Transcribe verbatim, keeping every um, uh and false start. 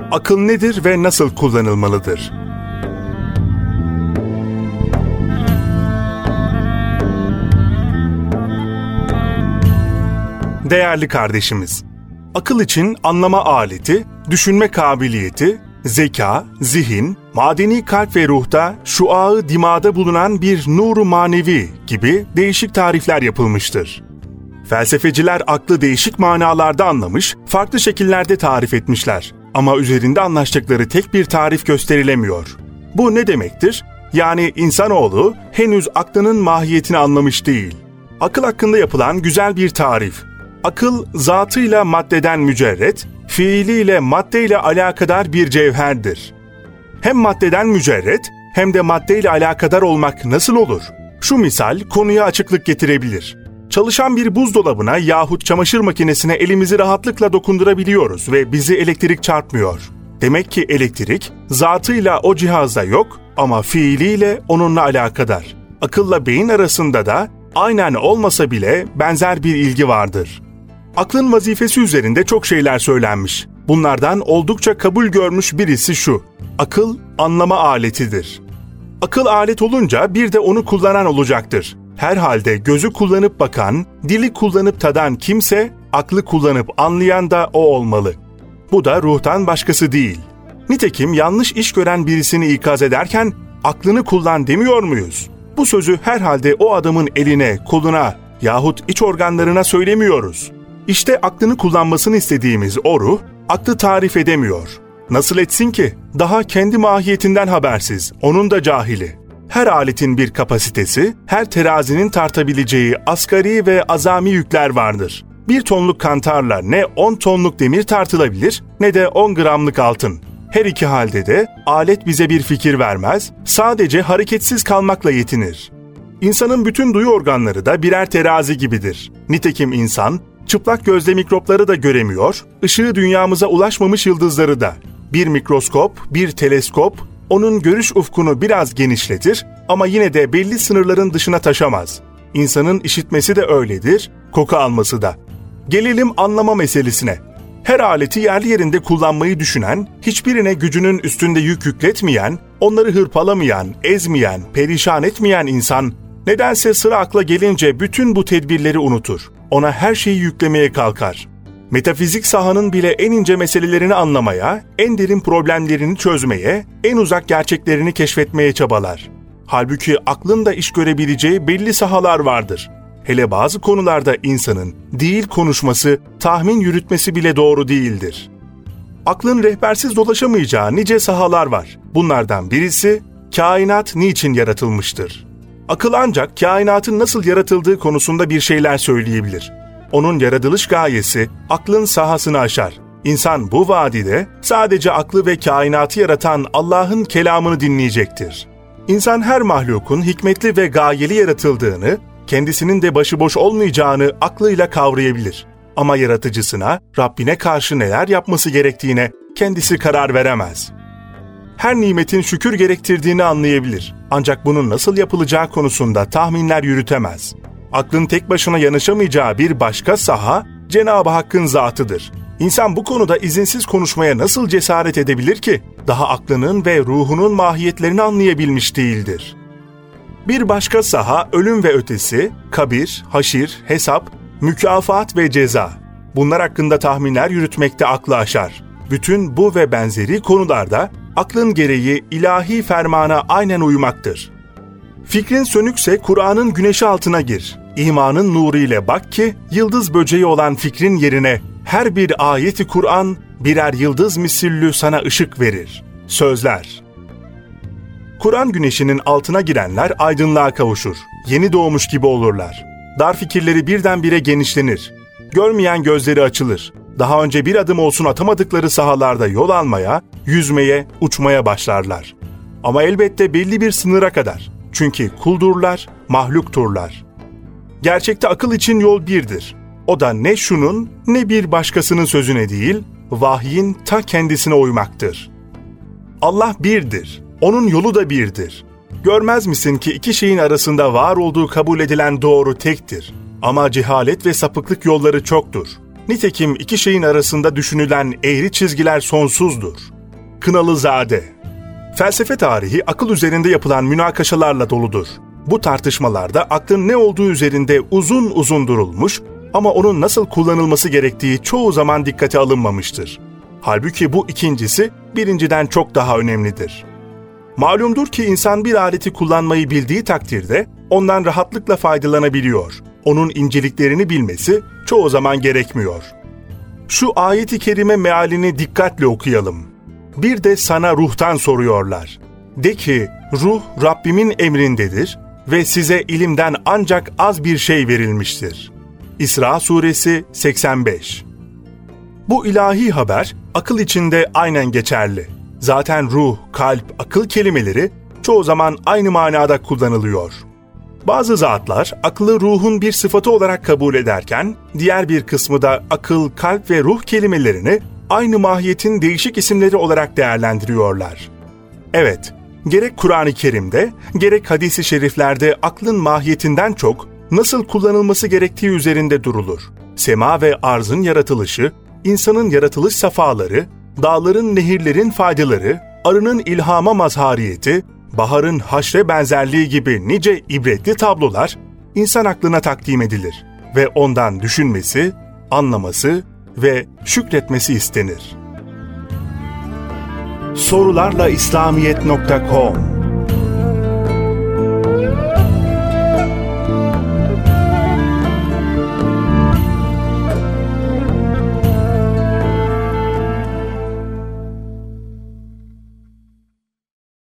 Akıl nedir ve nasıl kullanılmalıdır? Değerli kardeşimiz, akıl için anlama aleti, düşünme kabiliyeti, zeka, zihin, madeni kalp ve ruhta şuağı dimada bulunan bir nuru manevi gibi değişik tarifler yapılmıştır. Felsefeciler aklı değişik manalarda anlamış, farklı şekillerde tarif etmişler. Ama üzerinde anlaştıkları tek bir tarif gösterilemiyor. Bu ne demektir? Yani insanoğlu henüz aklının mahiyetini anlamış değil. Akıl hakkında yapılan güzel bir tarif. Akıl zatıyla maddeden mücerret, fiiliyle maddeyle alakadar bir cevherdir. Hem maddeden mücerret hem de maddeyle alakadar olmak nasıl olur? Şu misal konuya açıklık getirebilir. Çalışan bir buzdolabına yahut çamaşır makinesine elimizi rahatlıkla dokundurabiliyoruz ve bizi elektrik çarpmıyor. Demek ki elektrik zatıyla o cihazda yok ama fiiliyle onunla alakadar. Akılla beyin arasında da aynen olmasa bile benzer bir ilgi vardır. Aklın vazifesi üzerinde çok şeyler söylenmiş. Bunlardan oldukça kabul görmüş birisi şu: akıl anlama aletidir. Akıl alet olunca bir de onu kullanan olacaktır. Herhalde gözü kullanıp bakan, dili kullanıp tadan kimse, aklı kullanıp anlayan da o olmalı. Bu da ruhtan başkası değil. Nitekim yanlış iş gören birisini ikaz ederken, aklını kullan demiyor muyuz? Bu sözü herhalde o adamın eline, koluna yahut iç organlarına söylemiyoruz. İşte aklını kullanmasını istediğimiz o ruh, aklı tarif edemiyor. Nasıl etsin ki? Daha kendi mahiyetinden habersiz, onun da cahili. Her aletin bir kapasitesi, her terazinin tartabileceği asgari ve azami yükler vardır. Bir tonluk kantarla ne on tonluk demir tartılabilir ne de on gramlık altın. Her iki halde de alet bize bir fikir vermez, sadece hareketsiz kalmakla yetinir. İnsanın bütün duyu organları da birer terazi gibidir. Nitekim insan, çıplak gözle mikropları da göremiyor, ışığı dünyamıza ulaşmamış yıldızları da. Bir mikroskop, bir teleskop, onun görüş ufkunu biraz genişletir ama yine de belli sınırların dışına taşamaz. İnsanın işitmesi de öyledir, koku alması da. Gelelim anlama meselesine. Her aleti yerli yerinde kullanmayı düşünen, hiçbirine gücünün üstünde yük yükletmeyen, onları hırpalamayan, ezmeyen, perişan etmeyen insan, nedense sıra akla gelince bütün bu tedbirleri unutur. Ona her şeyi yüklemeye kalkar. Metafizik sahanın bile en ince meselelerini anlamaya, en derin problemlerini çözmeye, en uzak gerçeklerini keşfetmeye çabalar. Halbuki aklın da iş görebileceği belli sahalar vardır. Hele bazı konularda insanın değil konuşması, tahmin yürütmesi bile doğru değildir. Aklın rehbersiz dolaşamayacağı nice sahalar var. Bunlardan birisi, kainat niçin yaratılmıştır? Akıl ancak kainatın nasıl yaratıldığı konusunda bir şeyler söyleyebilir. Onun yaratılış gayesi aklın sahasını aşar. İnsan bu vadide sadece aklı ve kainatı yaratan Allah'ın kelamını dinleyecektir. İnsan her mahlukun hikmetli ve gayeli yaratıldığını, kendisinin de başıboş olmayacağını aklıyla kavrayabilir. Ama yaratıcısına, Rabbine karşı neler yapması gerektiğine kendisi karar veremez. Her nimetin şükür gerektirdiğini anlayabilir. Ancak bunun nasıl yapılacağı konusunda tahminler yürütemez. Aklın tek başına yanaşamayacağı bir başka saha, Cenab-ı Hakk'ın zatıdır. İnsan bu konuda izinsiz konuşmaya nasıl cesaret edebilir ki? Daha aklının ve ruhunun mahiyetlerini anlayabilmiş değildir. Bir başka saha, ölüm ve ötesi, kabir, haşir, hesap, mükafat ve ceza. Bunlar hakkında tahminler yürütmekte aklı aşar. Bütün bu ve benzeri konularda aklın gereği ilahi fermana aynen uymaktır. Fikrin sönükse Kur'an'ın güneşi altına gir. İmanın nuru ile bak ki yıldız böceği olan fikrin yerine her bir ayeti Kur'an birer yıldız misillü sana ışık verir. Sözler. Kur'an güneşinin altına girenler aydınlığa kavuşur. Yeni doğmuş gibi olurlar. Dar fikirleri birdenbire genişlenir. Görmeyen gözleri açılır. Daha önce bir adım olsun atamadıkları sahalarda yol almaya, yüzmeye, uçmaya başlarlar. Ama elbette belli bir sınıra kadar. Çünkü kuldurlar, mahlukturlar. Gerçekte akıl için yol birdir. O da ne şunun ne bir başkasının sözüne değil, vahyin ta kendisine uymaktır. Allah birdir. Onun yolu da birdir. Görmez misin ki iki şeyin arasında var olduğu kabul edilen doğru tektir. Ama cehalet ve sapıklık yolları çoktur. Nitekim iki şeyin arasında düşünülen eğri çizgiler sonsuzdur. Kınalızade. Felsefe tarihi akıl üzerinde yapılan münakaşalarla doludur. Bu tartışmalarda aklın ne olduğu üzerinde uzun uzun durulmuş ama onun nasıl kullanılması gerektiği çoğu zaman dikkate alınmamıştır. Halbuki bu ikincisi birinciden çok daha önemlidir. Malumdur ki insan bir aleti kullanmayı bildiği takdirde ondan rahatlıkla faydalanabiliyor. Onun inceliklerini bilmesi çoğu zaman gerekmiyor. Şu ayet-i kerime mealini dikkatle okuyalım. Bir de sana ruhtan soruyorlar. De ki, ruh Rabbimin emrindedir ve size ilimden ancak az bir şey verilmiştir. İsra Suresi seksen beş. Bu ilahi haber akıl içinde aynen geçerli. Zaten ruh, kalp, akıl kelimeleri çoğu zaman aynı manada kullanılıyor. Bazı zatlar aklı ruhun bir sıfatı olarak kabul ederken, diğer bir kısmı da akıl, kalp ve ruh kelimelerini aynı mahiyetin değişik isimleri olarak değerlendiriyorlar. Evet, gerek Kur'an-ı Kerim'de, gerek hadis-i şeriflerde aklın mahiyetinden çok nasıl kullanılması gerektiği üzerinde durulur. Sema ve arzın yaratılışı, insanın yaratılış safaları, dağların, nehirlerin faydaları, arının ilhama mazhariyeti, baharın haşre benzerliği gibi nice ibretli tablolar insan aklına takdim edilir ve ondan düşünmesi, anlaması ve şükretmesi istenir. sorularla islamiyet nokta com